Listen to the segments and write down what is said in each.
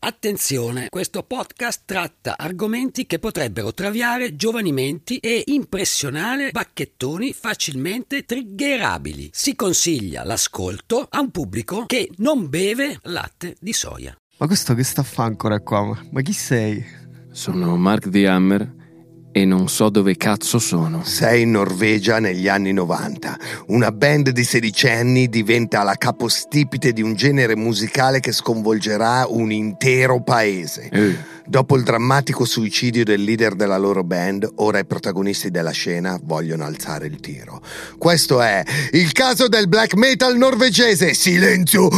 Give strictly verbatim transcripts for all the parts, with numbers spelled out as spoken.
Attenzione, questo podcast tratta argomenti che potrebbero traviare giovani menti e impressionare bacchettoni facilmente triggerabili. Si consiglia l'ascolto a un pubblico che non beve latte di soia. Ma questo che sta a fa ancora qua? Ma chi sei? Sono Mark the Hammer e non so dove cazzo sono. Sei in Norvegia negli anni novanta. Una band di sedicenni diventa la capostipite di un genere musicale che sconvolgerà un intero paese. Eh. Dopo il drammatico suicidio del leader della loro band, ora i protagonisti della scena vogliono alzare il tiro. Questo è il caso del black metal norvegese. Silenzio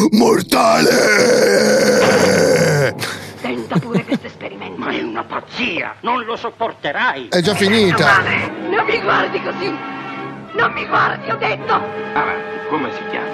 mortale! Tenta pure questo esperimento. Ma è una pazzia, non lo sopporterai. È già finita. Madre, non mi guardi così. Non mi guardi, ho detto. Avanti, come si chiama?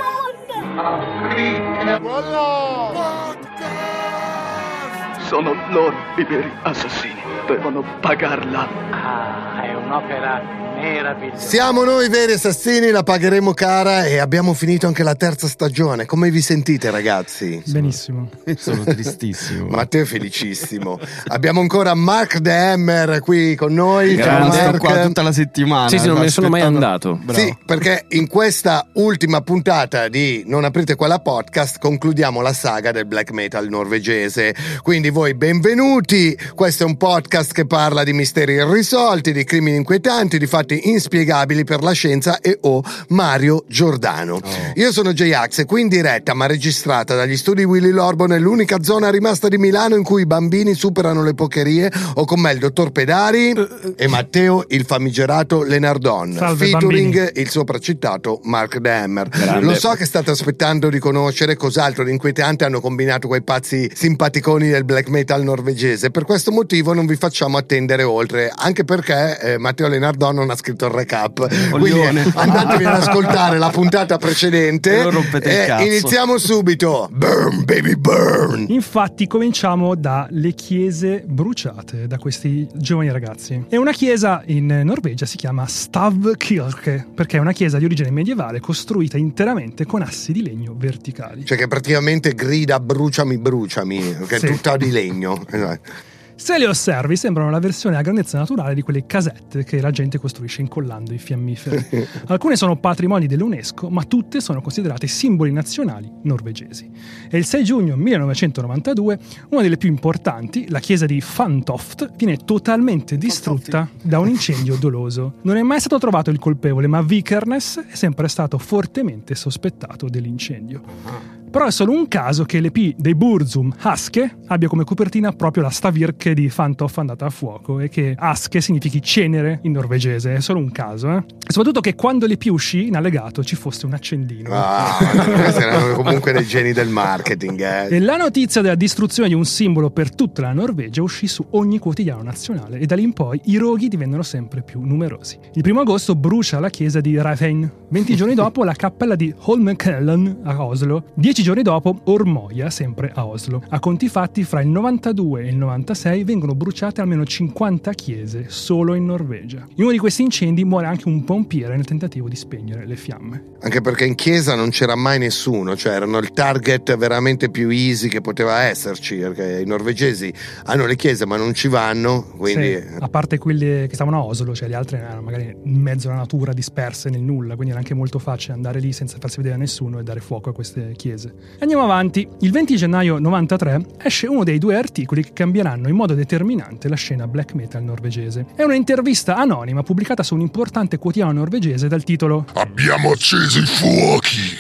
Sono loro i veri assassini. Devono pagarla. Ah, è un'opera meravigliosa. Siamo noi veri assassini, la pagheremo cara e abbiamo finito anche la terza stagione. Come vi sentite, ragazzi? Benissimo. Sono tristissimo. Matteo è felicissimo. Abbiamo ancora Mark the Hammer qui con noi. Che Ciao, è rimasto Mark. qua tutta la settimana. Sì, sì, non me ne sono mai aspettando- andato. Bravo. Sì, perché in questa ultima puntata di Non aprite quella podcast concludiamo la saga del black metal norvegese. Quindi voi benvenuti. Questo è un podcast che parla di misteri irrisolti, di crimini inquietanti, di fatti inspiegabili per la scienza e o Mario Giordano. Oh. Io sono J-Ax e qui in diretta ma registrata dagli studi Willy Lorbo nell'unica zona rimasta di Milano in cui i bambini superano le pocherie, ho con me il dottor Pedari e Matteo il famigerato Lenardon, Salve, featuring bambini. il sopracitato Mark the Hammer. Grande. Lo so che state aspettando di conoscere cos'altro di inquietante hanno combinato quei pazzi simpaticoni del black metal norvegese. Per questo motivo non vi facciamo attendere oltre, anche perché eh, Matteo Lenardon non ha scritto il recap. Quindi Coglione. andatevi ad ascoltare la puntata precedente. E non rompete il Eh, cazzo. iniziamo subito. Burn, baby, burn. Infatti cominciamo dalle chiese bruciate da questi giovani ragazzi. E una chiesa in Norvegia si chiama Stavkirke, perché è una chiesa di origine medievale costruita interamente con assi di legno verticali. Cioè che praticamente grida bruciami, bruciami, che Sì. è tutta di legno. Esatto. Se le osservi sembrano la versione a grandezza naturale di quelle casette che la gente costruisce incollando i fiammiferi. Alcune sono patrimoni dell'UNESCO, ma tutte sono considerate simboli nazionali norvegesi. E il sei giugno millenovecentonovantadue, una delle più importanti, la chiesa di Fantoft, viene totalmente distrutta da un incendio doloso. Non è mai stato trovato il colpevole, ma Vikernes è sempre stato fortemente sospettato dell'incendio. Però è solo un caso che l'E P dei Burzum Aske abbia come copertina proprio la Stavkirke di Fantoft andata a fuoco e che Aske significhi cenere in norvegese, è solo un caso, eh? E soprattutto che quando l'E P uscì in allegato ci fosse un accendino. Ah, questi erano comunque dei geni del marketing. Eh. E la notizia della distruzione di un simbolo per tutta la Norvegia uscì su ogni quotidiano nazionale e da lì in poi i roghi divennero sempre più numerosi. Il primo agosto brucia la chiesa di Rathein, venti giorni dopo la cappella di Holmenkollen a Oslo, dieci giorni dopo Ormoia, sempre a Oslo. A conti fatti, fra il novantadue e il novantasei vengono bruciate almeno cinquanta chiese solo in Norvegia. In uno di questi incendi muore anche un pompiere nel tentativo di spegnere le fiamme. Anche perché in chiesa non c'era mai nessuno, cioè erano il target veramente più easy che poteva esserci, perché i norvegesi hanno le chiese ma non ci vanno, quindi... Sì, a parte quelle che stavano a Oslo, cioè le altre erano magari in mezzo alla natura, disperse nel nulla, quindi era anche molto facile andare lì senza farsi vedere a nessuno e dare fuoco a queste chiese. Andiamo avanti. Il venti gennaio novantatré esce uno dei due articoli che cambieranno in modo determinante la scena black metal norvegese. È un'intervista anonima pubblicata su un importante quotidiano norvegese dal titolo Abbiamo acceso i fuochi.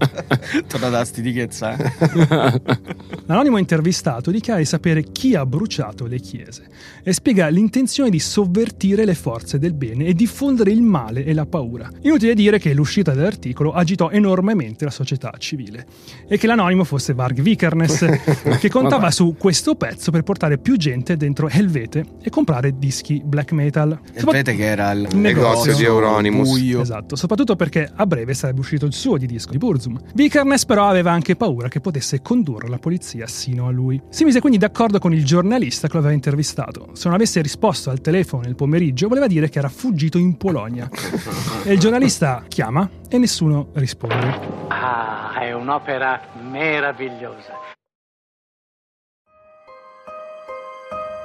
Torna da stidichezza. L'anonimo intervistato dichiara di sapere chi ha bruciato le chiese e spiega l'intenzione di sovvertire le forze del bene e diffondere il male e la paura. Inutile dire che l'uscita dell'articolo agitò enormemente la società civile e che l'anonimo fosse Varg Vikernes, che contava su questo pezzo per portare più gente dentro Helvete e comprare dischi black metal. Sapete che era il negozio di Euronymous. buio. Esatto, soprattutto perché a breve sarebbe uscito il suo di disco di Burzum. Vikernes però aveva anche paura che potesse condurre la polizia sino a lui. Si mise quindi d'accordo con il giornalista che lo aveva intervistato. Se non avesse risposto al telefono nel pomeriggio voleva dire che era fuggito in Polonia. E il giornalista chiama e nessuno risponde. Ah, è un'opera meravigliosa.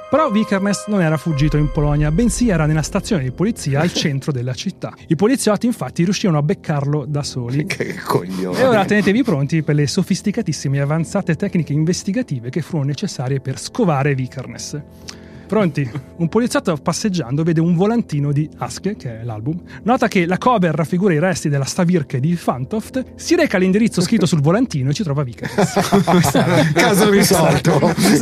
Però Vikernes non era fuggito in Polonia, bensì era nella stazione di polizia al centro della città. I poliziotti infatti riuscirono a beccarlo da soli. Che coglione. E ora tenetevi pronti per le sofisticatissime e avanzate tecniche investigative che furono necessarie per scovare Vikernes. Pronti? Un poliziotto passeggiando vede un volantino di Aske, che è l'album, nota che la cover raffigura i resti della Stavirke di Fantoft, si reca all'indirizzo scritto sul volantino e ci trova Vikernes. Caso risolto.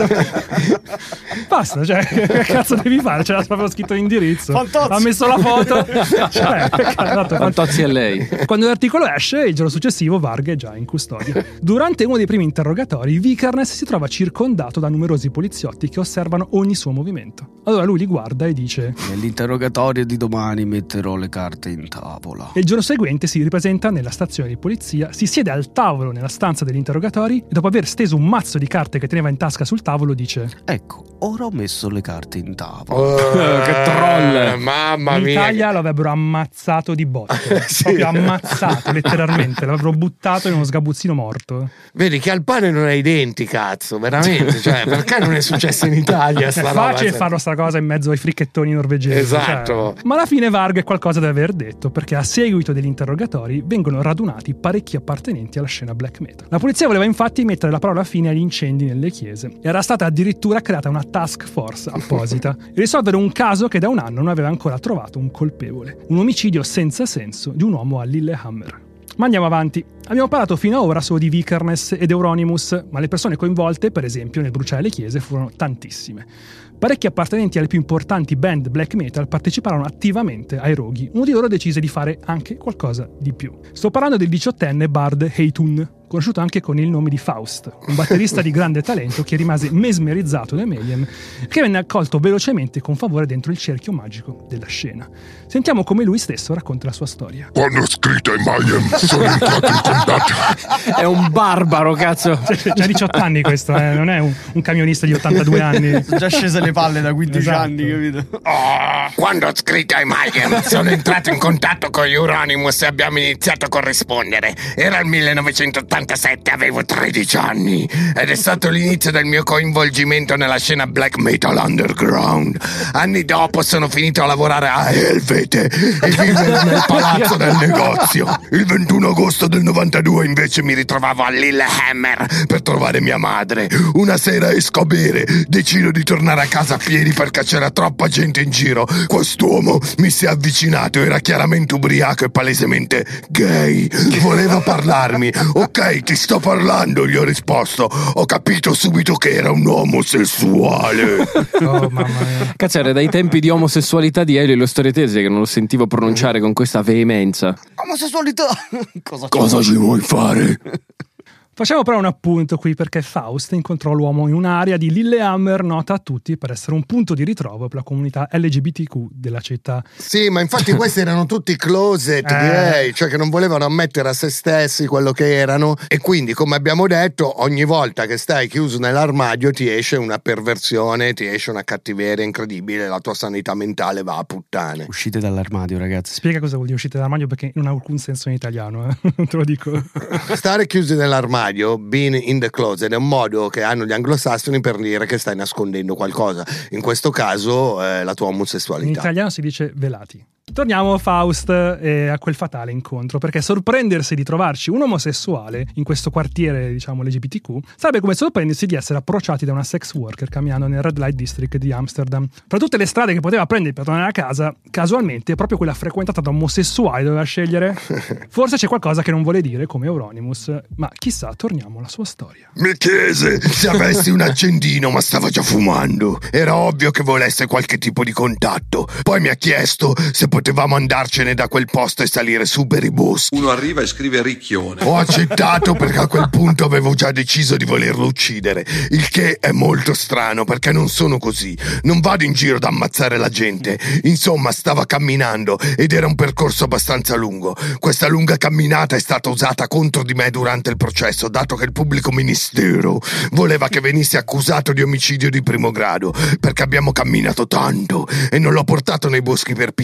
Basta, cioè, che cazzo devi fare? C'era proprio scritto l'indirizzo. Fantozzi. Ha messo la foto. Cioè, Fantozzi è lei. Quando l'articolo esce, il giorno successivo Varg è già in custodia. Durante uno dei primi interrogatori, Vikernes si trova circondato da numerosi poliziotti che osservano ogni suo movimento. Allora lui li guarda e dice: nell'interrogatorio di domani metterò le carte in tavola. E il giorno seguente si ripresenta nella stazione di polizia, si siede al tavolo nella stanza degli interrogatori e dopo aver steso un mazzo di carte che teneva in tasca sul tavolo dice: ecco, ora ho messo le carte in tavola. Oh, che troll. Mamma in mia. Italia lo avrebbero ammazzato di botte. Sì. Proprio ammazzato, letteralmente. L'avrebbero buttato in uno sgabuzzino morto. Vedi che al pane non hai i denti, cazzo, veramente. Cioè, perché non è successo in Italia sta È roba? facile farlo sta cosa in mezzo ai fricchettoni norvegesi. Esatto. Cioè. Ma alla fine Varg qualcosa deve aver detto, perché a seguito degli interrogatori vengono radunati parecchi appartenenti alla scena black metal. La polizia voleva infatti mettere la parola fine agli incendi nelle chiese. Era stata addirittura creata una task force apposita e risolvere un caso che da un anno non aveva ancora trovato un colpevole. Un omicidio senza senso di un uomo a Lillehammer. Ma andiamo avanti. Abbiamo parlato fino ad ora solo di Vikernes ed Euronymous, ma le persone coinvolte, per esempio, nel bruciare le chiese furono tantissime. Parecchi appartenenti alle più importanti band black metal parteciparono attivamente ai roghi. Uno di loro decise di fare anche qualcosa di più. Sto parlando del diciottenne Bard Heitun, conosciuto anche con il nome di Faust, un batterista di grande talento che rimase mesmerizzato dai Mayhem e che venne accolto velocemente con favore dentro il cerchio magico della scena. Sentiamo come lui stesso racconta la sua storia. Quando ho scritto ai Mayhem sono entrato in contatto. È un barbaro, cazzo. C'ha cioè, diciotto anni questo, eh? Non è un, un camionista di ottantadue anni. Sono già scese le palle da quindici Esatto. anni, capito? Oh, quando ho scritto ai Mayhem sono entrato in contatto con Euronymous e abbiamo iniziato a corrispondere. Era il millenovecentottantasette, avevo tredici anni ed è stato l'inizio del mio coinvolgimento nella scena black metal underground. Anni dopo sono finito a lavorare a Helvete e vivere nel palazzo del negozio. Il ventuno agosto del novantadue invece mi ritrovavo a Lillehammer per trovare mia madre. Una sera esco a bere, decido di tornare a casa a piedi perché c'era troppa gente in giro. Quest'uomo mi si è avvicinato, era chiaramente ubriaco e palesemente gay. Voleva parlarmi. Ok, ti sto parlando, gli ho risposto. Ho capito subito che era un omosessuale. Oh mamma mia. Cazzo, era dai tempi di omosessualità di Elio e lo Storietese che non lo sentivo pronunciare con questa veemenza. Omosessualità! Cosa, Cosa ci vuoi fare? Facciamo però un appunto qui perché Faust incontrò l'uomo in un'area di Lillehammer nota a tutti per essere un punto di ritrovo per la comunità L G B T Q della città. Sì, ma infatti questi erano tutti closet, Eh. direi, cioè che non volevano ammettere a se stessi quello che erano e quindi, come abbiamo detto, ogni volta che stai chiuso nell'armadio ti esce una perversione, ti esce una cattiveria incredibile, la tua sanità mentale va a puttane. Uscite dall'armadio, ragazzi. Spiega cosa vuol dire uscite dall'armadio perché non ha alcun senso in italiano, eh? Non te lo dico. Stare chiusi nell'armadio, being in the closet, è un modo che hanno gli anglosassoni per dire che stai nascondendo qualcosa, in questo caso eh, la tua In omosessualità. italiano si dice velati. Torniamo a Faust e a quel fatale incontro, perché sorprendersi di trovarci un omosessuale in questo quartiere, diciamo, L G B T Q, sarebbe come sorprendersi di essere approcciati da una sex worker camminando nel Red Light District di Amsterdam. Fra tutte le strade che poteva prendere per tornare a casa, casualmente proprio quella frequentata da omosessuali doveva scegliere. Forse c'è qualcosa che non vuole dire, come Euronymous, ma chissà, torniamo alla sua storia. Mi chiese se avessi un accendino, ma stava già fumando. Era ovvio che volesse qualche tipo di contatto. Poi mi ha chiesto se potevamo andarcene da quel posto e salire su per i bus. Uno arriva e scrive ricchione. Ho accettato perché a quel punto avevo già deciso di volerlo uccidere, il che è molto strano perché non sono così, non vado in giro ad ammazzare la gente. Insomma, stava camminando ed era un percorso abbastanza lungo. Questa lunga camminata è stata usata contro di me durante il processo, dato che il pubblico ministero voleva che venissi accusato di omicidio di primo grado, perché abbiamo camminato tanto e non l'ho portato nei boschi per picchiarlo,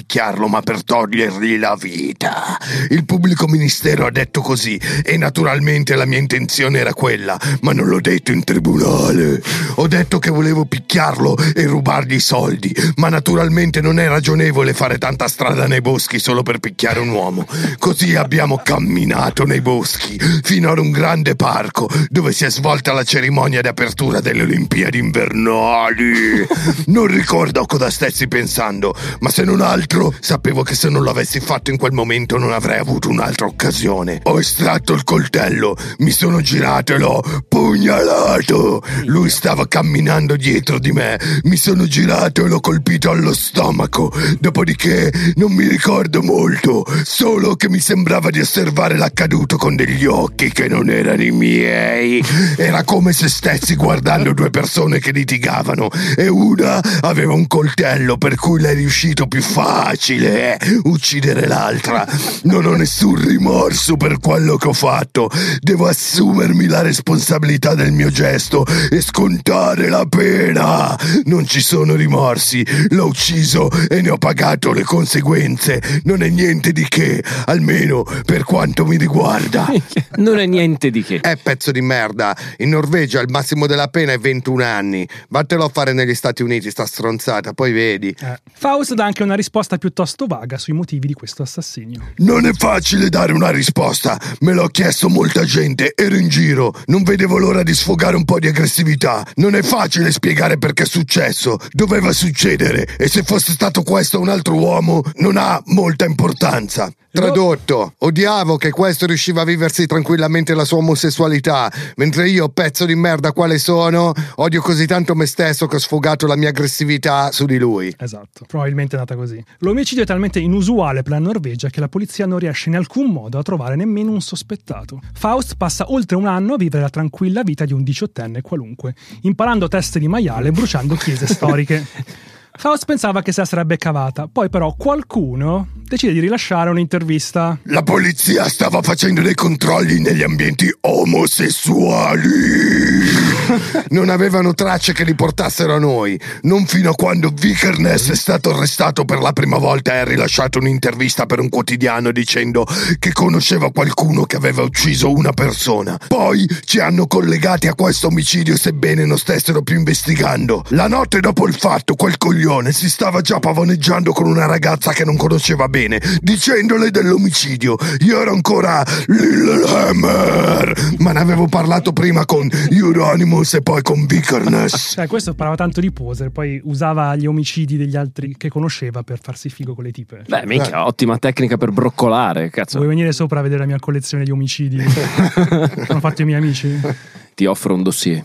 picchiarlo, ma per togliergli la vita. Il pubblico ministero ha detto così e naturalmente la mia intenzione era quella, ma non l'ho detto in tribunale. Ho detto che volevo picchiarlo e rubargli i soldi, ma naturalmente non è ragionevole fare tanta strada nei boschi solo per picchiare un uomo. Così abbiamo camminato nei boschi fino ad un grande parco dove si è svolta la cerimonia di apertura delle Olimpiadi invernali. Non ricordo cosa stessi pensando, ma se non altro sapevo che se non l'avessi fatto in quel momento non avrei avuto un'altra occasione. Ho estratto il coltello, mi sono girato e l'ho pugnalato. Lui stava camminando dietro di me, mi sono girato e l'ho colpito allo stomaco. Dopodiché non mi ricordo molto, solo che mi sembrava di osservare l'accaduto con degli occhi che non erano i miei. Era come se stessi guardando due persone che litigavano e una aveva un coltello, per cui le è riuscito più facile eh, uccidere l'altra. Non ho nessun rimorso per quello che ho fatto. Devo assumermi la responsabilità del mio gesto e scontare la pena. Non ci sono rimorsi, l'ho ucciso e ne ho pagato le conseguenze. Non è niente di che, almeno per quanto mi riguarda. Non è niente di che. Eh, pezzo di merda. In Norvegia il massimo della pena è ventuno anni. Vattelo a fare negli Stati Uniti, sta stronzata, poi vedi. Eh. Faust dà anche una risposta piuttosto vaga sui motivi di questo assassinio. Non è facile dare una risposta. Me l'ho chiesto molta gente, ero in giro, non vedevo l'ora di sfogare un po' di aggressività. Non è facile spiegare perché è successo. Doveva succedere e se fosse stato questo un altro uomo non ha molta importanza. Tradotto, odiavo che questo riusciva a viversi tranquillamente la sua omosessualità, mentre io, pezzo di merda quale sono, odio così tanto me stesso che ho sfogato la mia aggressività su di lui. Esatto, probabilmente è nata così. L'omicidio è talmente inusuale per la Norvegia che la polizia non riesce in alcun modo a trovare nemmeno un sospettato. Faust passa oltre un anno a vivere la tranquilla vita di un diciottenne qualunque, imparando teste di maiale e bruciando chiese storiche. Faust pensava che se la sarebbe cavata, poi però qualcuno decide di rilasciare un'intervista. La polizia stava facendo dei controlli negli ambienti omosessuali. Non avevano tracce che li portassero a noi, non fino a quando Vikernes è stato arrestato per la prima volta e ha rilasciato un'intervista per un quotidiano dicendo che conosceva qualcuno che aveva ucciso una persona. Poi ci hanno collegati a questo omicidio sebbene non stessero più investigando. La notte dopo il fatto quel coglione si stava già pavoneggiando con una ragazza che non conosceva bene, dicendole dell'omicidio. Io ero ancora Lillehammer, ma ne avevo parlato prima con Euronymous e poi con Vikernes. Cioè, questo parlava tanto di poser, poi usava gli omicidi degli altri che conosceva per farsi figo con le tipe. Beh, minchia, eh. ottima tecnica per broccolare, cazzo. Vuoi venire sopra a vedere la mia collezione di omicidi che hanno fatto i miei amici? Ti offro un dossier.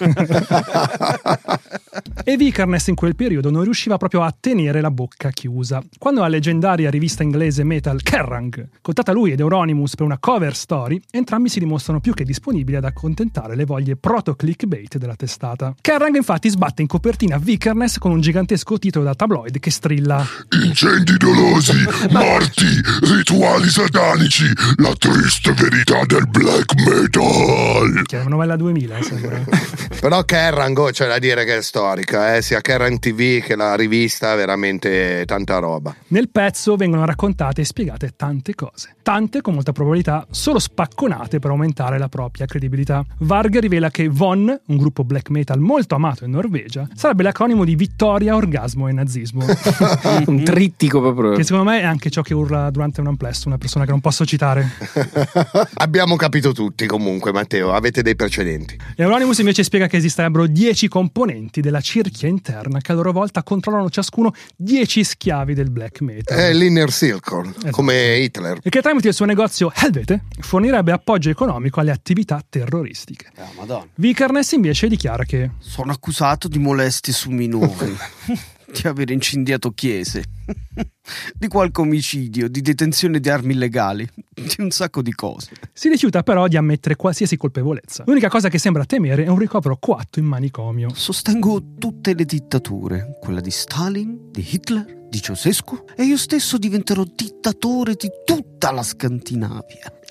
E Vikernes in quel periodo non riusciva proprio a tenere la bocca chiusa. Quando la leggendaria rivista inglese Metal Kerrang contatta lui ed Euronymous per una cover story, entrambi si dimostrano più che disponibili ad accontentare le voglie proto-clickbait della testata. Kerrang infatti sbatte in copertina Vikernes con un gigantesco titolo da tabloid che strilla: incendi dolosi, morti, rituali satanici, la triste verità del black metal. Che è una novella duemila, sembra. Però Kerrang, oh, c'è da dire che è storica, eh? Sia Kerrang T V che la rivista, veramente tanta roba. Nel pezzo vengono raccontate e spiegate tante cose, tante con molta probabilità solo spacconate per aumentare la propria credibilità. Varg rivela che Von, un gruppo black metal molto amato in Norvegia, sarebbe l'acronimo di vittoria, orgasmo e nazismo. Un trittico proprio. Che secondo me è anche ciò che urla durante un amplesso una persona che non posso citare. Abbiamo capito tutti comunque, Matteo, avete dei precedenti. Euronymous invece spiega che esisterebbero dieci componenti della cerchia interna che a loro volta controllano ciascuno dieci schiavi del black metal. È l'Inner Circle, esatto, come Hitler. E che tramite il suo negozio Helvete fornirebbe appoggio economico alle attività terroristiche. Oh, Madonna. Vikernes invece dichiara che sono accusato di molestie su minori, di aver incendiato chiese, di qualche omicidio, di detenzione di armi illegali, di un sacco di cose. Si rifiuta però di ammettere qualsiasi colpevolezza. L'unica cosa che sembra temere è un ricovero coatto in manicomio. Sostengo tutte le dittature, quella di Stalin, di Hitler, di Ceausescu, e io stesso diventerò dittatore di tutta la Scandinavia.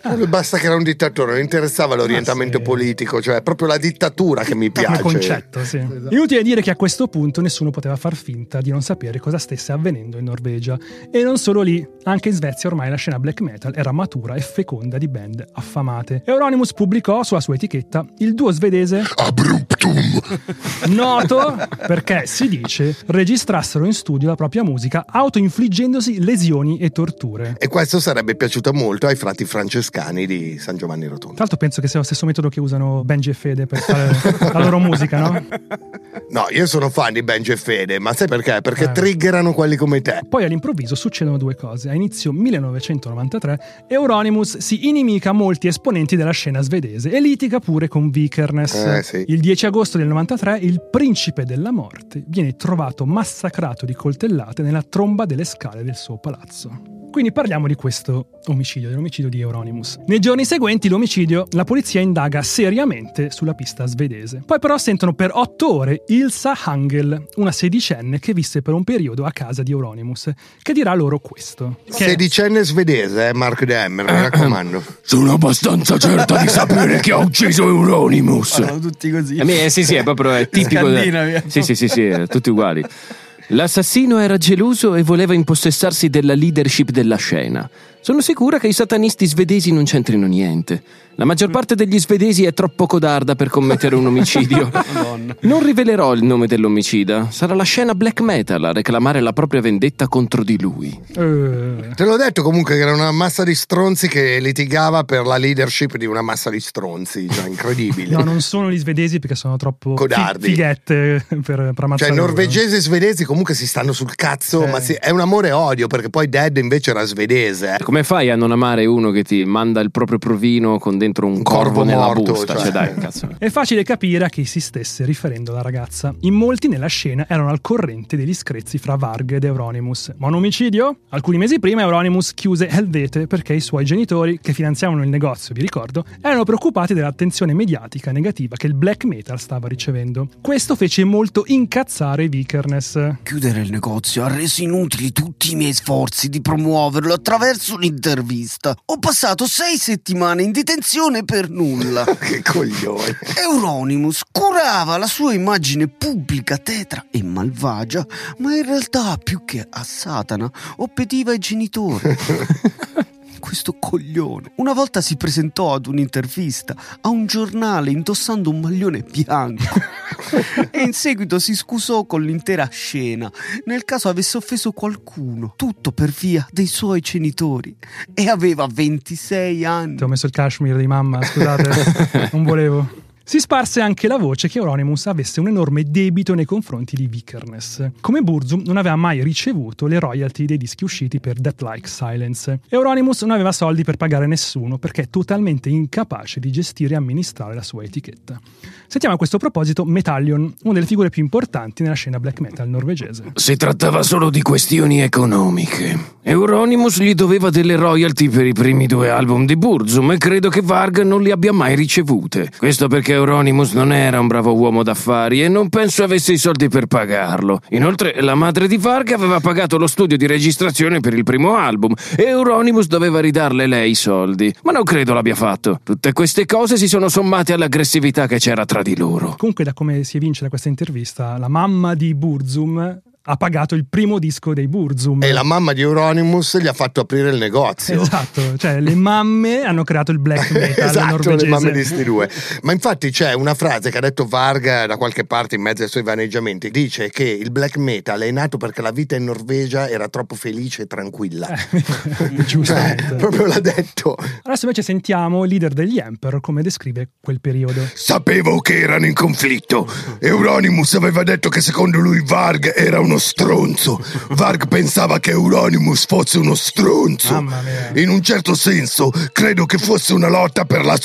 Ah. Basta che era un dittatore, non interessava l'orientamento ah, sì. politico, cioè proprio la dittatura che mi piace. Come concetto, sì. Esatto. Inutile dire che a questo punto nessuno poteva far finta di non sapere cosa stesse avvenendo in Norvegia. E non solo lì, anche in Svezia ormai la scena black metal era matura e feconda di band affamate. Euronymous pubblicò sulla sua etichetta il duo svedese Abruptum, noto perché si dice registrassero in studio la propria musica autoinfliggendosi lesioni e torture. E questo sarebbe piaciuto molto ai frati francescani di San Giovanni Rotondo. Tra l'altro penso che sia lo stesso metodo che usano Benji e Fede per fare la loro musica, no? No, io sono fan di Benji e Fede, ma sai perché? Perché eh. triggerano quelli come te. Poi all'improvviso succedono due cose. A inizio millenovecentonovantatré Euronymous si inimica molti esponenti della scena svedese e litiga pure con Vikernes. Eh, sì. Il dieci agosto del novantatré il principe della morte viene trovato massacrato di coltellate nella tromba delle scale del suo palazzo. Quindi parliamo di questo omicidio, dell'omicidio di Euronymous. Nei giorni seguenti l'omicidio, la polizia indaga seriamente sulla pista svedese. Poi però sentono per otto ore Ilsa Hangel, una sedicenne che visse per un periodo a casa di Euronymous, che dirà loro questo. Che... Sedicenne svedese, eh, Mark Demmer, mi raccomando. Sono abbastanza certa di sapere chi ha ucciso Euronymous. Parlano tutti così. A me, eh, sì, sì, è proprio è tipico. De... Sì, sì, sì, sì, tutti uguali. L'assassino era geloso e voleva impossessarsi della leadership della scena. Sono sicura che i satanisti svedesi non c'entrino niente. La maggior parte degli svedesi è troppo codarda per commettere un omicidio. Non rivelerò il nome dell'omicida. Sarà la scena black metal a reclamare la propria vendetta contro di lui. Uh. Te l'ho detto comunque che era una massa di stronzi che litigava per la leadership di una massa di stronzi, cioè incredibile. No, non sono gli svedesi perché sono troppo codardi. Fi- fighette per, per ammazzare. Cioè norvegesi e svedesi comunque si stanno sul cazzo, eh. ma si, è un amore e odio, perché poi Dead invece era svedese. Eh. Come fai a non amare uno che ti manda il proprio provino con dentro un, un corvo, corvo nella morto, busta? Cioè, cioè dai, cazzo. È facile capire a chi si stesse riferendo la ragazza. In molti nella scena erano al corrente degli screzi fra Varg ed Euronymous. Ma un omicidio? Alcuni mesi prima Euronymous chiuse Helvete perché i suoi genitori, che finanziavano il negozio, vi ricordo, erano preoccupati dell'attenzione mediatica negativa che il black metal stava ricevendo. Questo fece molto incazzare Vikernes. Chiudere il negozio ha reso inutili tutti i miei sforzi di promuoverlo attraverso un'intervista. Ho passato sei settimane in detenzione per nulla. Che coglione. Euronymous curava la sua immagine pubblica tetra e malvagia, ma in realtà più che a Satana obbediva ai genitori. Questo coglione una volta si presentò ad un'intervista a un giornale indossando un maglione bianco e in seguito si scusò con l'intera scena nel caso avesse offeso qualcuno, tutto per via dei suoi genitori, e aveva ventisei anni. Ti ho messo il cashmere di mamma, scusate, non volevo. Si sparse anche la voce che Euronymous avesse un enorme debito nei confronti di Vikernes. Come Burzum non aveva mai ricevuto le royalty dei dischi usciti per Deathlike Silence. Euronymous non aveva soldi per pagare nessuno perché è totalmente incapace di gestire e amministrare la sua etichetta. Sentiamo a questo proposito Metallion, una delle figure più importanti nella scena black metal norvegese. Si trattava solo di questioni economiche. Euronymous gli doveva delle royalty per i primi due album di Burzum e credo che Varg non li abbia mai ricevute. Questo perché Euronymous non era un bravo uomo d'affari e non penso avesse i soldi per pagarlo. Inoltre la madre di Varg aveva pagato lo studio di registrazione per il primo album e Euronymous doveva ridarle lei i soldi, ma non credo l'abbia fatto. Tutte queste cose si sono sommate all'aggressività che c'era tra di loro. Comunque, da come si evince da questa intervista, la mamma di Burzum ha pagato il primo disco dei Burzum. E la mamma di Euronymous gli ha fatto aprire il negozio. Esatto, cioè le mamme hanno creato il black metal esatto, norvegese. Le mamme di sti due. Ma infatti c'è una frase che ha detto Varg da qualche parte in mezzo ai suoi vaneggiamenti. Dice che il black metal è nato perché la vita in Norvegia era troppo felice e tranquilla. Eh, giustamente. Cioè, proprio l'ha detto. Adesso invece sentiamo il leader degli Emperor come descrive quel periodo. Sapevo che erano in conflitto. Euronymous aveva detto che secondo lui Varg era un uno stronzo. Varg pensava che Euronymous fosse uno stronzo. Mamma mia. In un certo senso credo che fosse una lotta per la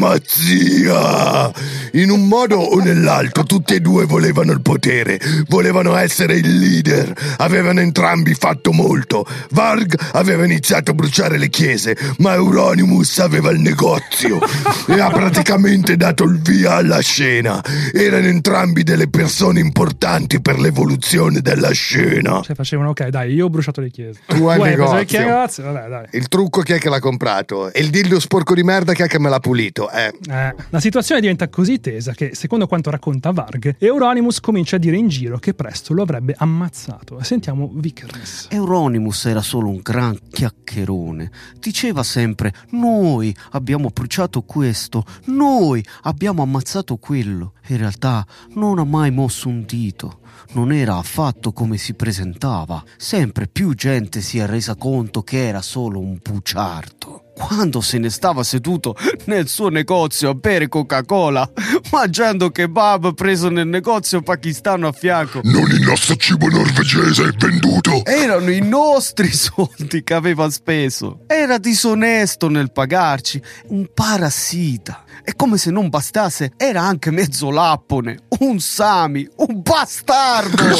supremazia. In un modo o nell'altro tutti e due volevano il potere, volevano essere il leader. Avevano entrambi fatto molto. Varg aveva iniziato a bruciare le chiese, ma Euronymous aveva il negozio e ha praticamente dato il via alla scena. Erano entrambi delle persone importanti per l'evoluzione della scena. Cioè facevano, ok, dai, io ho bruciato le chiese. Tu hai Poi hai preso negozio. le chiese, vabbè, dai. Il trucco chi è che l'ha comprato? E il dildo sporco di merda chi è che me l'ha pulito? Eh. Eh, la situazione diventa così tesa che, secondo quanto racconta Varg, Euronymous comincia a dire in giro che presto lo avrebbe ammazzato. Sentiamo Vikernes. Euronymous era solo un gran chiacchierone. Diceva sempre: noi abbiamo bruciato questo, noi abbiamo ammazzato quello. In realtà non ha mai mosso un dito. Non era affatto come si presentava. Sempre più gente si è resa conto che era solo un bugiardo. Quando se ne stava seduto nel suo negozio a bere Coca-Cola, mangiando kebab preso nel negozio pakistano a fianco. Non il nostro cibo norvegese è venduto. Erano i nostri soldi che aveva speso. Era disonesto nel pagarci, un parassita. E come se non bastasse, era anche mezzo lappone, un sami, un bastardo. Che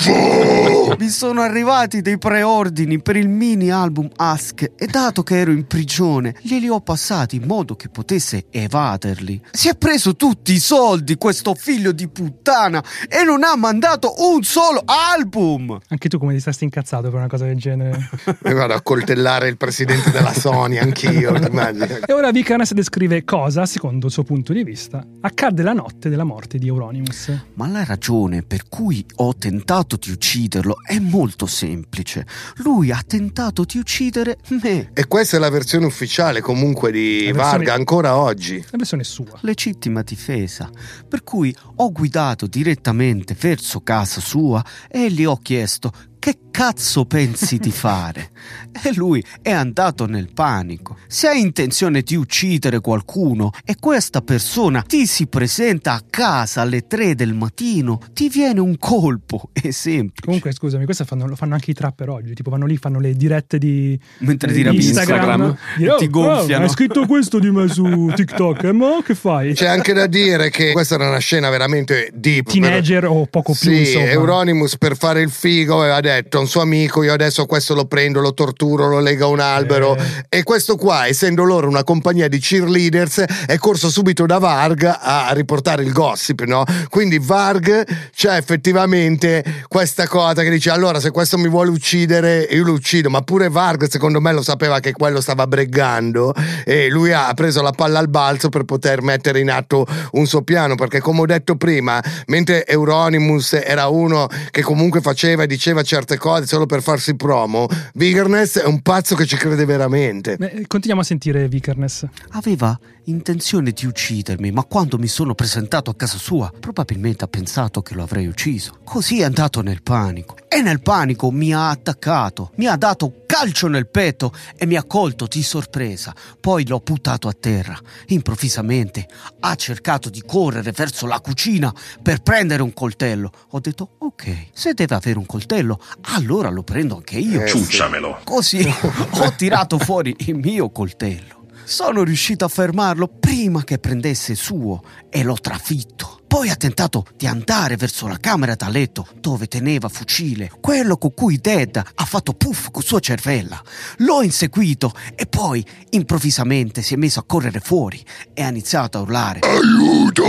schifo! Mi sono arrivati dei preordini per il mini album Ask e dato che ero in prigione glieli ho passati in modo che potesse evaderli. Si è preso tutti i soldi questo figlio di puttana e non ha mandato un solo album. Anche tu come ti stasti incazzato per una cosa del genere? E vado a coltellare il presidente della Sony anch'io. E ora Vikernes descrive cosa, secondo il suo punto di vista, accadde la notte della morte di Euronymous. Ma la ragione per cui ho tentato di ucciderlo è molto semplice. Lui ha tentato di uccidere me. E questa è la versione ufficiale comunque di versione... Varg ancora oggi. La versione sua. Legittima difesa. Per cui ho guidato direttamente verso casa sua e gli ho chiesto: che cazzo pensi di fare? E lui è andato nel panico. Se hai intenzione di uccidere qualcuno e questa persona ti si presenta a casa alle tre del mattino, ti viene un colpo, è semplice. Comunque scusami, questo fanno, lo fanno anche i trapper oggi, tipo vanno lì, fanno le dirette di mentre di tiravi Instagram, Instagram di, oh, ti gonfiano. Oh, hai scritto questo di me su TikTok, eh, ma che fai? C'è anche da dire che questa era una scena veramente deep. Teenager per... o poco più, sì, insomma. Euronymous per fare il figo aveva detto a un suo amico: io adesso questo lo prendo, lo torturo, lo lega a un albero. Eh. E questo qua, essendo loro una compagnia di cheerleaders, è corso subito da Varg a riportare il gossip, no? Quindi Varg c'è effettivamente questa cosa che dice: allora se questo mi vuole uccidere io lo uccido. Ma pure Varg secondo me lo sapeva che quello stava breggando e lui ha preso la palla al balzo per poter mettere in atto un suo piano, perché come ho detto prima, mentre Euronymous era uno che comunque faceva e diceva certe cose solo per farsi promo, Vikernes è un pazzo che ci crede veramente. Beh, continuiamo a sentire Vikernes. Aveva intenzione di uccidermi, ma quando mi sono presentato a casa sua probabilmente ha pensato che lo avrei ucciso. Così è andato nel panico e nel panico mi ha attaccato, mi ha dato calcio nel petto e mi ha colto di sorpresa. Poi l'ho buttato a terra. Improvvisamente ha cercato di correre verso la cucina per prendere un coltello. Ho detto: ok, se deve avere un coltello allora lo prendo anche io. Eh, ciucciamelo. Così ho tirato fuori il mio coltello. Sono riuscito a fermarlo prima che prendesse il suo e l'ho trafitto. Poi ha tentato di andare verso la camera da letto dove teneva fucile, quello con cui Ted ha fatto puff con sua cervella. L'ho inseguito e poi improvvisamente si è messo a correre fuori e ha iniziato a urlare: aiuto!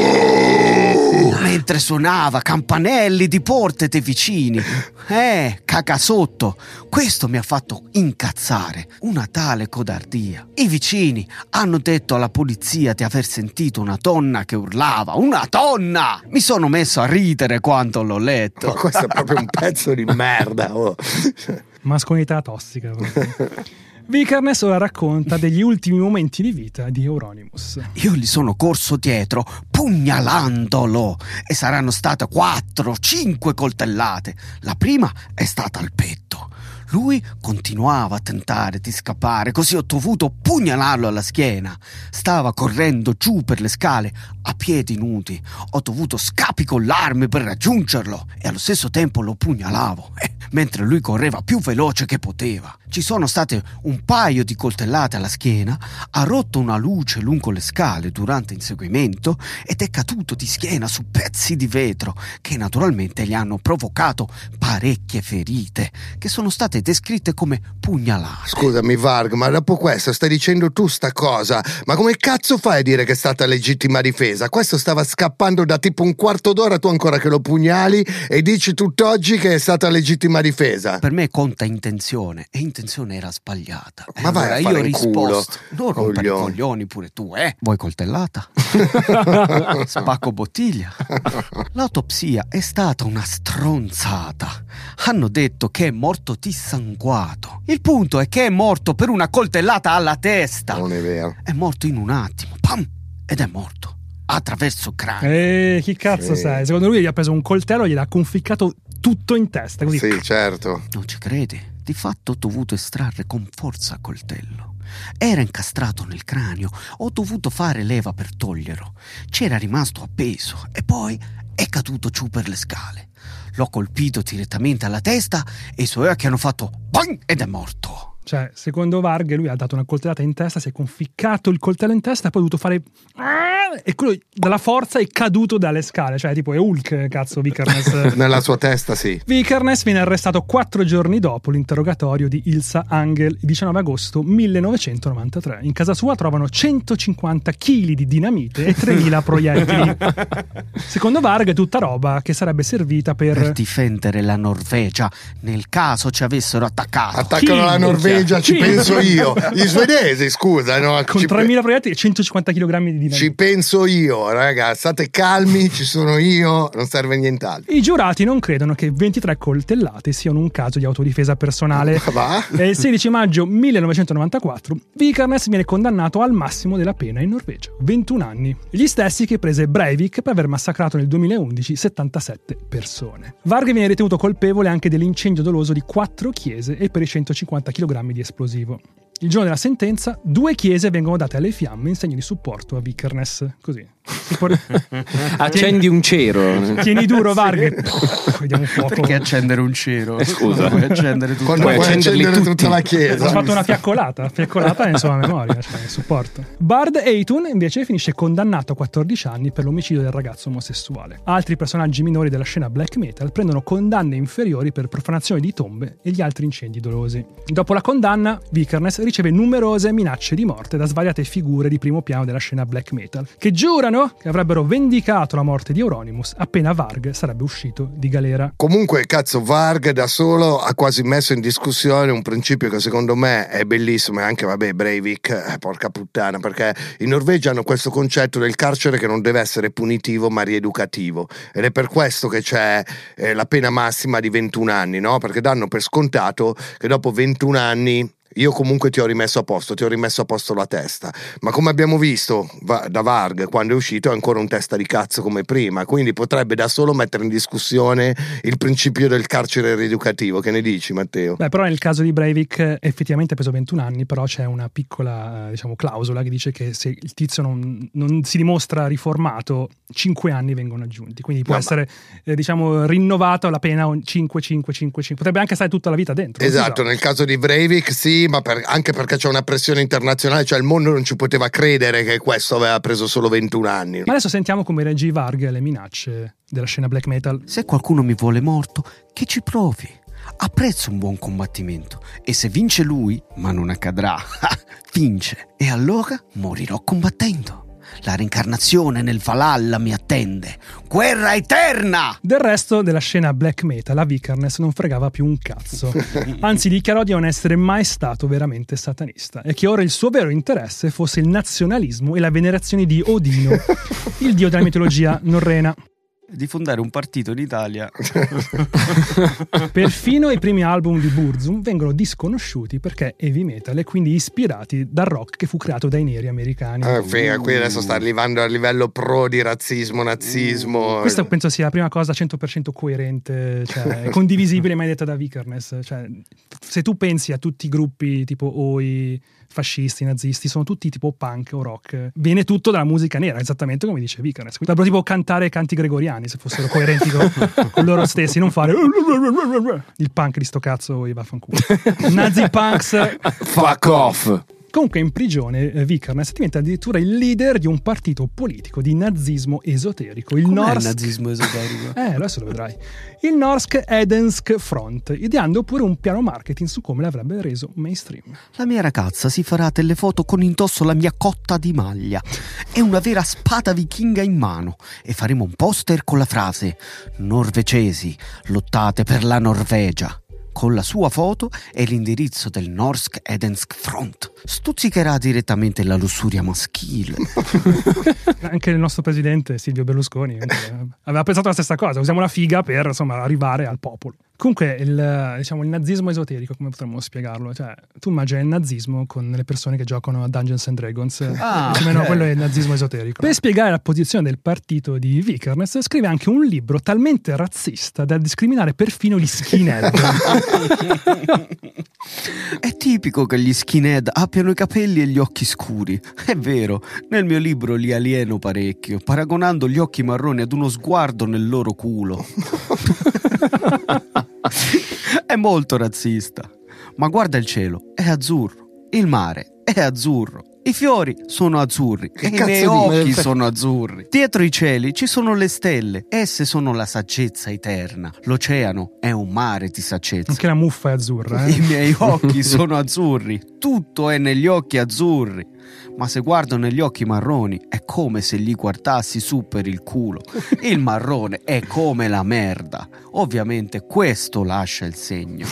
Mentre suonava campanelli di porte dei vicini. Eh, cagasotto. Questo mi ha fatto incazzare. Una tale codardia. I vicini hanno detto alla polizia di aver sentito una donna che urlava. Una donna! Mi sono messo a ridere quando l'ho letto. Ma questo è proprio un pezzo di merda. Oh. Mascolinità tossica. Vikernes ora racconta degli ultimi momenti di vita di Euronymous. Io gli sono corso dietro pugnalandolo e saranno state quattro, cinque coltellate. La prima è stata al petto. Lui continuava a tentare di scappare, così ho dovuto pugnalarlo alla schiena. Stava correndo giù per le scale a piedi nudi. Ho dovuto scapicollarmi per raggiungerlo e allo stesso tempo lo pugnalavo, eh, mentre lui correva più veloce che poteva. Ci sono state un paio di coltellate alla schiena, ha rotto una luce lungo le scale durante inseguimento ed è caduto di schiena su pezzi di vetro che naturalmente gli hanno provocato parecchie ferite che sono state descritte come pugnalate. Scusami Varg, ma dopo questo stai dicendo tu sta cosa? Ma come cazzo fai a dire che è stata legittima difesa? Questo stava scappando da tipo un quarto d'ora, tu ancora che lo pugnali e dici tutt'oggi che è stata legittima difesa? Per me conta intenzione e intenzione era sbagliata. Ma vai allora a fare io ho risposto, culo. non rompere i Coglione. coglioni pure tu, eh? Vuoi coltellata? Spacco bottiglia. L'autopsia è stata una stronzata. Hanno detto che è morto dissanguato. Il punto è che è morto per una coltellata alla testa. Non è vero. È morto in un attimo, pam, ed è morto attraverso il cranio. Eh, chi cazzo Sì. sei? Secondo lui gli ha preso un coltello e gliel'ha conficcato tutto in testa, così. Sì, certo. Non ci credi? Di fatto ho dovuto estrarre con forza il coltello. Era incastrato nel cranio, ho dovuto fare leva per toglierlo. C'era rimasto appeso e poi è caduto giù per le scale. L'ho colpito direttamente alla testa e i suoi occhi hanno fatto bang ed è morto. Cioè, secondo Varg, lui ha dato una coltellata in testa, si è conficcato il coltello in testa e poi ha dovuto fare... E quello dalla forza è caduto dalle scale. Cioè, tipo, è Hulk, cazzo, Vikernes. Nella sua testa, sì. Vikernes viene arrestato quattro giorni dopo l'interrogatorio di Ilsa Angel, il diciannove agosto millenovecentonovantatré. In casa sua trovano centocinquanta chili di dinamite e tremila proiettili. Secondo Varg è tutta roba che sarebbe servita per... Per difendere la Norvegia nel caso ci avessero attaccato. Attaccano Chi? la Norvegia, ci Chi? penso io. Gli svedesi, scusa, no? Con Ci pe- tremila proiettili e centocinquanta chilogrammi di dinamite. Ci penso io, raga, state calmi, ci sono io, non serve nient'altro. I giurati non credono che ventitré coltellate siano un caso di autodifesa personale. Va? E il sedici maggio millenovecentonovantaquattro Vikernes viene condannato al massimo della pena in Norvegia, ventuno anni. Gli stessi che prese Breivik per aver massacrato nel duemilaundici settantasette persone. Varg viene ritenuto colpevole anche dell'incendio doloso di quattro chiese e per i centocinquanta chilogrammi di esplosivo. Il giorno della sentenza, due chiese vengono date alle fiamme in segno di supporto a Vikernes. Così. Si può... Accendi un cero. Tieni duro, Varg. Vediamo un fuoco. Perché accendere un cero? Scusa. Puoi accendere tutta Quando Puoi puoi accenderli accendere tutti. tutta la chiesa. Ha fatto una fiaccolata, fiaccolata nella sua memoria, cioè in supporto. Bard Eyton invece finisce condannato a quattordici anni per l'omicidio del ragazzo omosessuale. Altri personaggi minori della scena black metal prendono condanne inferiori per profanazione di tombe e gli altri incendi dolosi. Dopo la condanna, Vikernes riceve numerose minacce di morte da svariate figure di primo piano della scena black metal, che giurano che avrebbero vendicato la morte di Euronymous appena Varg sarebbe uscito di galera. Comunque, cazzo, Varg da solo ha quasi messo in discussione un principio che secondo me è bellissimo, e anche, vabbè, Breivik, eh, porca puttana, perché in Norvegia hanno questo concetto del carcere che non deve essere punitivo ma rieducativo, ed è per questo che c'è eh, la pena massima di ventuno anni, no? Perché danno per scontato che dopo ventuno anni io comunque ti ho rimesso a posto, ti ho rimesso a posto la testa, ma come abbiamo visto va- da Varg quando è uscito è ancora un testa di cazzo come prima, quindi potrebbe da solo mettere in discussione il principio del carcere rieducativo. Che ne dici, Matteo? Beh, però nel caso di Breivik effettivamente ha preso ventuno anni, però c'è una piccola, diciamo, clausola che dice che se il tizio non, non si dimostra riformato, cinque anni vengono aggiunti, quindi può No, essere eh, diciamo rinnovato la pena cinque, cinque, cinque, cinque, potrebbe anche stare tutta la vita dentro. non si Esatto, sa. nel caso di Breivik sì, ma per- anche perché c'è una pressione internazionale, cioè il mondo non ci poteva credere che questo aveva preso solo ventuno anni. Ma adesso sentiamo come reagì Varg alle minacce della scena black metal. Se qualcuno mi vuole morto, che ci provi. Apprezzo un buon combattimento e se vince lui, ma non accadrà, vince. E allora morirò combattendo. La reincarnazione nel Valhalla mi attende. Guerra eterna! Del resto della scena black metal a Vikernes non fregava più un cazzo. Anzi, dichiarò di non essere mai stato veramente satanista e che ora il suo vero interesse fosse il nazionalismo e la venerazione di Odino, il dio della mitologia norrena. Di fondare un partito in Italia. Perfino i primi album di Burzum vengono disconosciuti perché heavy metal e quindi ispirati dal rock che fu creato dai neri americani. Ah, figa, qui adesso sta arrivando a livello pro di razzismo, nazismo. Questa penso sia la prima cosa cento per cento coerente, cioè condivisibile, mai detta da Vikernes. Cioè, se tu pensi a tutti i gruppi tipo O I, fascisti, nazisti, sono tutti tipo punk o rock, viene tutto dalla musica nera, esattamente come dice Vikernes. Dovrebbero tipo cantare canti gregoriani. italiani se fossero coerenti con, con loro stessi, non fare il punk di sto cazzo e vaffanculo. Nazi punks, fuck off. Comunque in prigione eh, Vikernes diventa addirittura il leader di un partito politico di nazismo esoterico. Il Com'è Norsk... il nazismo esoterico? Eh, adesso lo vedrai. Il Norsk Edensk Front, ideando pure un piano marketing su come l'avrebbe reso mainstream. La mia ragazza si farà delle foto con indosso la mia cotta di maglia e una vera spada vichinga in mano e faremo un poster con la frase "Norvegesi, lottate per la Norvegia", con la sua foto e l'indirizzo del Norsk Edensk Front. Stuzzicherà direttamente la lussuria maschile. Anche il nostro presidente Silvio Berlusconi aveva pensato la stessa cosa, usiamo la figa per insomma arrivare al popolo. Comunque il, diciamo, il nazismo esoterico, come potremmo spiegarlo? Cioè, tu immagini il nazismo con le persone che giocano a Dungeons and Dragons. Ah, okay. No, quello è il nazismo esoterico. Per spiegare la posizione del partito di Vikernes scrive anche un libro talmente razzista da discriminare perfino gli skinhead. È tipico che gli skinhead abbiano i capelli e gli occhi scuri. È vero, nel mio libro li alieno parecchio, paragonando gli occhi marroni ad uno sguardo nel loro culo. È molto razzista. Ma guarda il cielo, è azzurro. Il mare è azzurro. I fiori sono azzurri e i miei occhi sono azzurri. Dietro i cieli ci sono le stelle, esse sono la saggezza eterna. L'oceano è un mare di saggezza. Anche la muffa è azzurra, eh? I miei occhi sono azzurri, tutto è negli occhi azzurri. Ma se guardo negli occhi marroni è come se li guardassi su per il culo. Il marrone è come la merda. Ovviamente questo lascia il segno.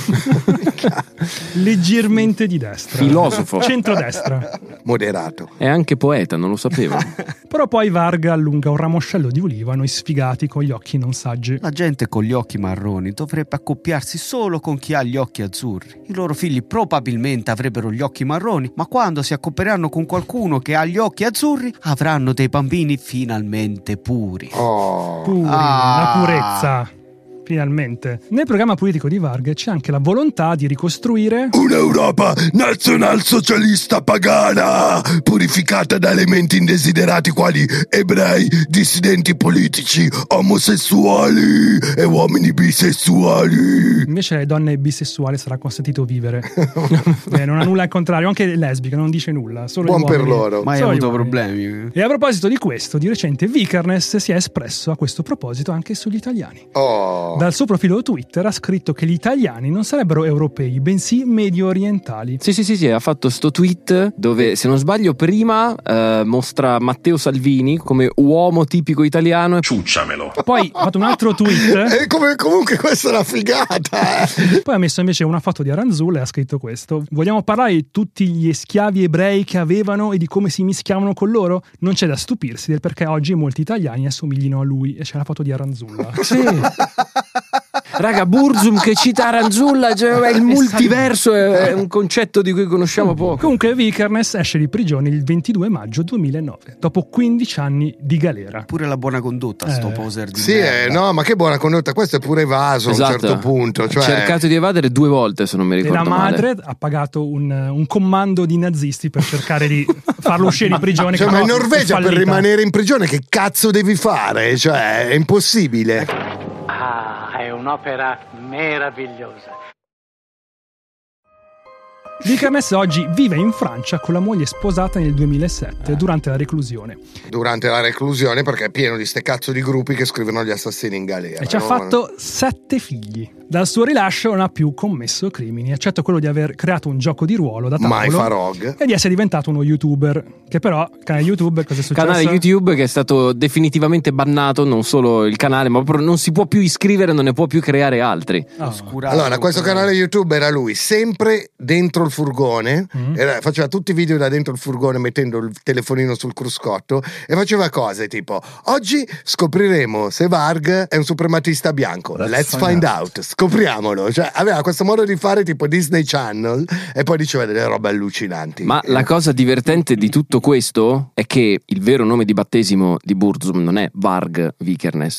Leggermente di destra. Filosofo. Centrodestra. Moderato. È anche poeta, non lo sapevo. Però poi Varga allunga un ramoscello di ulivo a noi sfigati con gli occhi non saggi. La gente con gli occhi marroni dovrebbe accoppiarsi solo con chi ha gli occhi azzurri. I loro figli probabilmente avrebbero gli occhi marroni, ma quando si accopperanno con qualcuno che ha gli occhi azzurri avranno dei bambini finalmente puri. Oh. Puri, Ah. la purezza. Finalmente. Nel programma politico di Varga c'è anche la volontà di ricostruire un'Europa nazionalsocialista pagana, purificata da elementi indesiderati quali ebrei, dissidenti politici, omosessuali e uomini bisessuali. Invece alle donne bisessuali sarà consentito vivere. eh, non ha nulla al contrario, anche lesbica non dice nulla. Solo Buon gli uomini. per loro. Mai Solo avuto gli uomini. problemi? E a proposito di questo, di recente Vikernes si è espresso a questo proposito anche sugli italiani. Oh. Dal suo profilo Twitter ha scritto che gli italiani non sarebbero europei, bensì medio orientali. Sì, sì, sì, sì, ha fatto sto tweet dove, se non sbaglio, prima eh, mostra Matteo Salvini come uomo tipico italiano. Ciucciamelo. Poi ha fatto un altro tweet. E come, comunque questa è una figata. Eh. Poi ha messo invece una foto di Aranzulla e ha scritto questo: vogliamo parlare di tutti gli schiavi ebrei che avevano e di come si mischiavano con loro? Non c'è da stupirsi del perché oggi molti italiani assomiglino a lui. E c'è la foto di Aranzulla. Sì. Raga, Burzum che cita Aranzulla, cioè, il multiverso è un concetto di cui conosciamo poco. Comunque Vikernes esce di prigione il ventidue maggio duemilanove, dopo quindici anni di galera. Pure la buona condotta, sto Eh. poser di Sì, merda. eh, no, ma che buona condotta. Questo è pure evaso Esatto. a un certo punto. Cioè... Ha cercato di evadere due volte, se non mi E ricordo la madre male. ha pagato un, un comando di nazisti per cercare di farlo uscire di prigione. Cioè, che ma in no, Norvegia è per fallita. rimanere in prigione che cazzo devi fare? Cioè, è impossibile. Ah, è un'opera meravigliosa. Vikernes oggi vive in Francia con la moglie sposata nel duemilasette, durante la reclusione. Durante la reclusione, perché è pieno di ste cazzo di gruppi che scrivono gli assassini in galera. E ci ha no? fatto sette figli. Dal suo rilascio non ha più commesso crimini, eccetto quello di aver creato un gioco di ruolo da tavolo Mai Farog. e di essere diventato uno youtuber. Che però, canale YouTube, cosa è successo? Canale YouTube che è stato definitivamente bannato, non solo il canale, ma proprio non si può più iscrivere, non ne può più creare altri. Oh. Allora, questo canale YouTube era lui sempre dentro il furgone, Mm. era- faceva tutti i video da dentro il furgone mettendo il telefonino sul cruscotto e faceva cose tipo: oggi scopriremo se Varg è un suprematista bianco. Let's, Let's find, find out. Scopriamolo. Cioè, aveva questo modo di fare tipo Disney Channel e poi diceva delle robe allucinanti. Ma la cosa divertente di tutto questo è che il vero nome di battesimo di Burzum non è Varg Vikernes,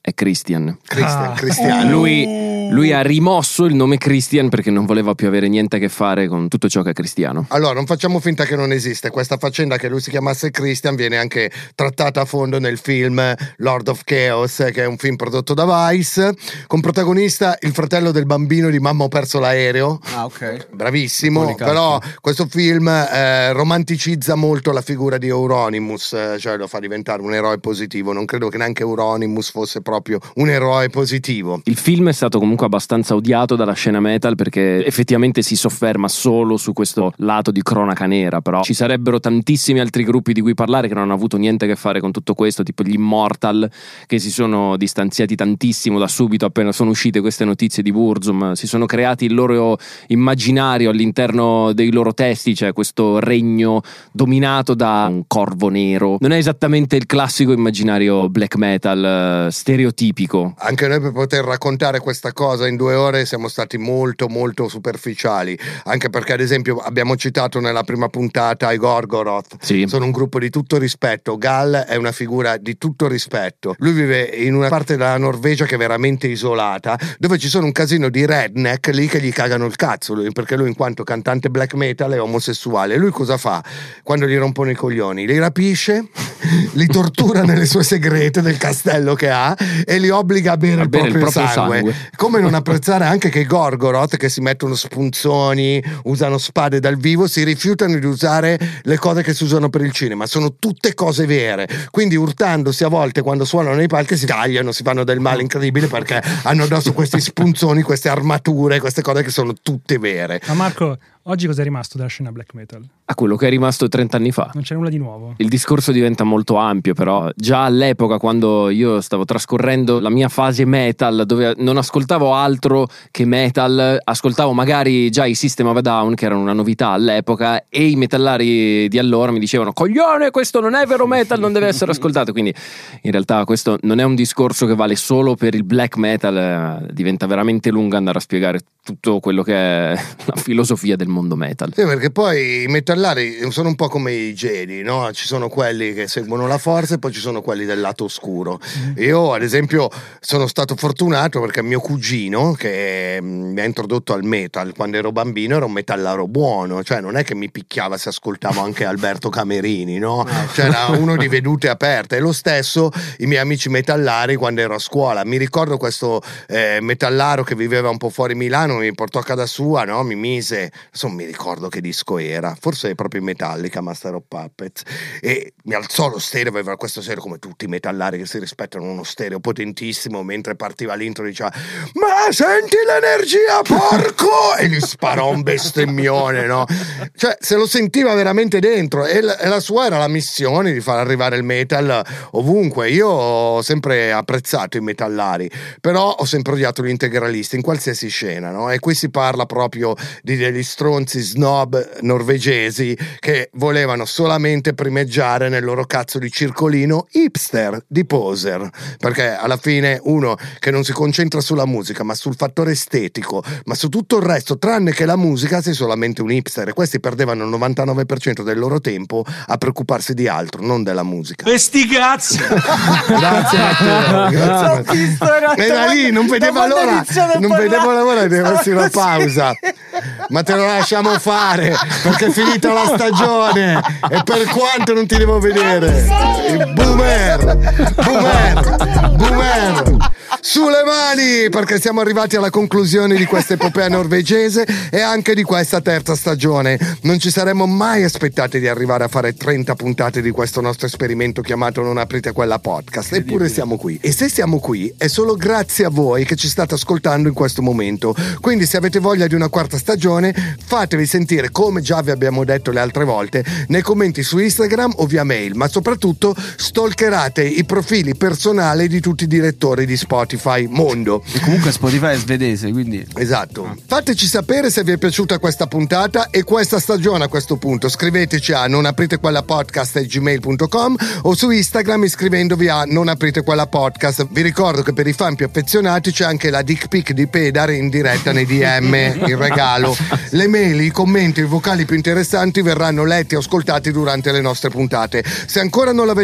è Christian. Christian, Ah. Cristiano. Lui... Lui ha rimosso il nome Christian perché non voleva più avere niente a che fare con tutto ciò che è cristiano. Allora, non facciamo finta che non esiste. Questa faccenda che lui si chiamasse Christian viene anche trattata a fondo nel film Lord of Chaos, che è un film prodotto da Vice, con protagonista il fratello del bambino di Mamma ho perso l'aereo. Ah, ok. Bravissimo, Buoni però calcoli. questo film eh, romanticizza molto la figura di Euronymous, eh, cioè lo fa diventare un eroe positivo. Non credo che neanche Euronymous fosse proprio un eroe positivo. Il film è stato comunque abbastanza odiato dalla scena metal perché effettivamente si sofferma solo su questo lato di cronaca nera, però ci sarebbero tantissimi altri gruppi di cui parlare che non hanno avuto niente a che fare con tutto questo, tipo gli Immortal, che si sono distanziati tantissimo da subito appena sono uscite queste notizie di Burzum, si sono creati il loro immaginario all'interno dei loro testi, cioè questo regno dominato da un corvo nero. Non è esattamente il classico immaginario black metal eh, stereotipico. Anche noi, per poter raccontare questa cosa in due ore, siamo stati molto molto superficiali, anche perché ad esempio abbiamo citato nella prima puntata i Gorgoroth. Sì. Sono un gruppo di tutto rispetto. Gal è una figura di tutto rispetto. Lui vive in una parte della Norvegia che è veramente isolata, dove ci sono un casino di redneck lì che gli cagano il cazzo, lui, perché lui in quanto cantante black metal è omosessuale. Lui cosa fa quando gli rompono i coglioni? Li rapisce, li tortura nelle sue segrete del castello che ha e li obbliga a bere, A il, bere il proprio proprio sangue. sangue. Come non apprezzare anche che i Gorgoroth, che si mettono spunzoni, usano spade dal vivo, si rifiutano di usare le cose che si usano per il cinema. Sono tutte cose vere, quindi urtandosi a volte quando suonano nei palchi si tagliano, si fanno del male incredibile perché hanno addosso questi spunzoni, queste armature, queste cose che sono tutte vere. Ma Marco, oggi cosa è rimasto della scena black metal? A quello che è rimasto trent'anni fa. Non c'è nulla di nuovo. Il discorso diventa molto ampio, però già all'epoca, quando io stavo trascorrendo la mia fase metal, dove non ascoltavo altro che metal, ascoltavo magari già i System of a Down, che erano una novità all'epoca, e i metallari di allora mi dicevano: coglione, questo non è vero metal, non deve essere ascoltato. Quindi in realtà questo non è un discorso che vale solo per il black metal, eh, diventa veramente lungo andare a spiegare tutto quello che è la filosofia del mondo metal. Sì, perché poi i metallari sono un po' come i Jedi, no? Ci sono quelli che seguono la forza e poi ci sono quelli del lato oscuro. Io ad esempio sono stato fortunato perché mio cugino, che mi ha introdotto al metal quando ero bambino, era un metallaro buono, cioè non è che mi picchiava se ascoltavo anche Alberto Camerini, no? Cioè era uno di vedute aperte. E lo stesso i miei amici metallari quando ero a scuola. Mi ricordo questo eh, metallaro che viveva un po' fuori Milano, mi portò a casa sua, no? Mi mise, adesso non mi ricordo che disco era, forse è proprio Metallica, Master of Puppets, e mi alzò lo stereo, aveva questo stereo come tutti i metallari che si rispettano, uno stereo potentissimo, mentre partiva l'intro diceva: ma senti l'energia, porco! E gli sparò un bestemmione, no? Cioè se lo sentiva veramente dentro, e la, e la sua era la missione di far arrivare il metal ovunque. Io ho sempre apprezzato i metallari, però ho sempre odiato gli integralisti in qualsiasi scena, no? E qui si parla proprio di degli stronzi snob norvegesi che volevano solamente primeggiare nel loro cazzo di circolino hipster di poser, perché alla fine uno che non si concentra sulla musica ma sul fattore estetico, ma su tutto il resto tranne che la musica, sei solamente un hipster, e questi perdevano il novantanove per cento del loro tempo a preoccuparsi di altro, non della musica. E sti cazzi! Grazie Matteo, grazie Matteo. E da lì non vedeva l'ora, non vedevo l'ora di farsi una pausa, ma te lo lasciamo fare perché è finita la stagione e per quanto non ti devo vedere. Il boomer, boomer, boomer, sulle mani, perché siamo arrivati alla conclusione di questa epopea norvegese e anche di questa terza stagione. Non ci saremmo mai aspettati di arrivare a fare trenta puntate di questo nostro esperimento chiamato Non aprite quella podcast, eppure siamo qui. E se siamo qui è solo grazie a voi che ci state ascoltando in questo momento. Quindi se avete voglia di una quarta stagione, fatevi sentire, come già vi abbiamo detto le altre volte, nei commenti su Instagram o via mail, ma soprattutto stalkerate i profili personali di tutti i direttori di Spotify mondo. E comunque Spotify è svedese, quindi esatto. Fateci sapere se vi è piaciuta questa puntata e questa stagione. A questo punto scriveteci a non aprite quella podcast at gmail punto com o su Instagram iscrivendovi a non aprite quella podcast. Vi ricordo che per i fan più affezionati c'è anche la dick pic di Pedar in diretta nei D M in regalo. Le mail, i commenti, i vocali più interessanti verranno letti e ascoltati durante le nostre puntate. Se ancora non l'avete fatto,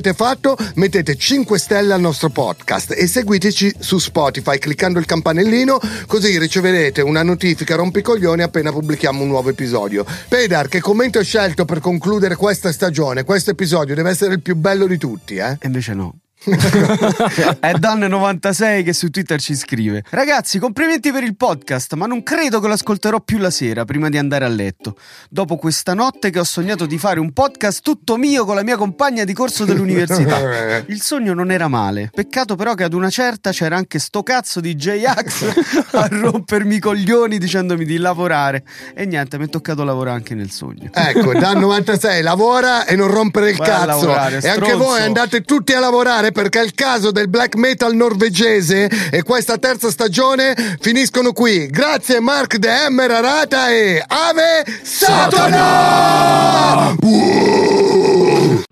tutto, mettete cinque stelle al nostro podcast e seguiteci su Spotify cliccando il campanellino, così riceverete una notifica rompicoglioni appena pubblichiamo un nuovo episodio. Pedar, che commento hai scelto per concludere questa stagione? Questo episodio deve essere il più bello di tutti, eh? E invece no. È Don novantasei che su Twitter ci scrive: ragazzi, complimenti per il podcast, ma non credo che lo ascolterò più la sera prima di andare a letto, dopo questa notte che ho sognato di fare un podcast tutto mio con la mia compagna di corso dell'università. Il sogno non era male, peccato però che ad una certa c'era anche sto cazzo di J-Ax a rompermi i coglioni dicendomi di lavorare, e niente, mi è toccato lavorare anche nel sogno. Ecco, Dan novantasei, lavora e non rompere il Vai a cazzo lavorare, e anche stronzo. voi andate tutti a lavorare, perché il caso del black metal norvegese e questa terza stagione finiscono qui. Grazie Mark De Emmer Arata e Ave Satana! Uh!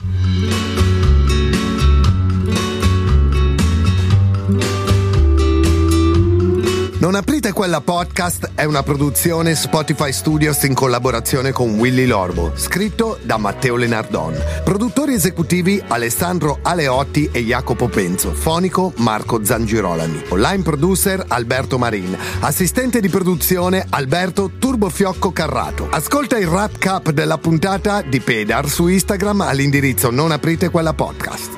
Non aprite quella podcast è una produzione Spotify Studios in collaborazione con Willy Lorbo, scritto da Matteo Lenardon. Produttori esecutivi Alessandro Aleotti e Jacopo Penzo, fonico Marco Zangirolami, online producer Alberto Marin, assistente di produzione Alberto Turbofiocco Carrato. Ascolta il wrap up della puntata di Pedar su Instagram all'indirizzo Non aprite quella podcast.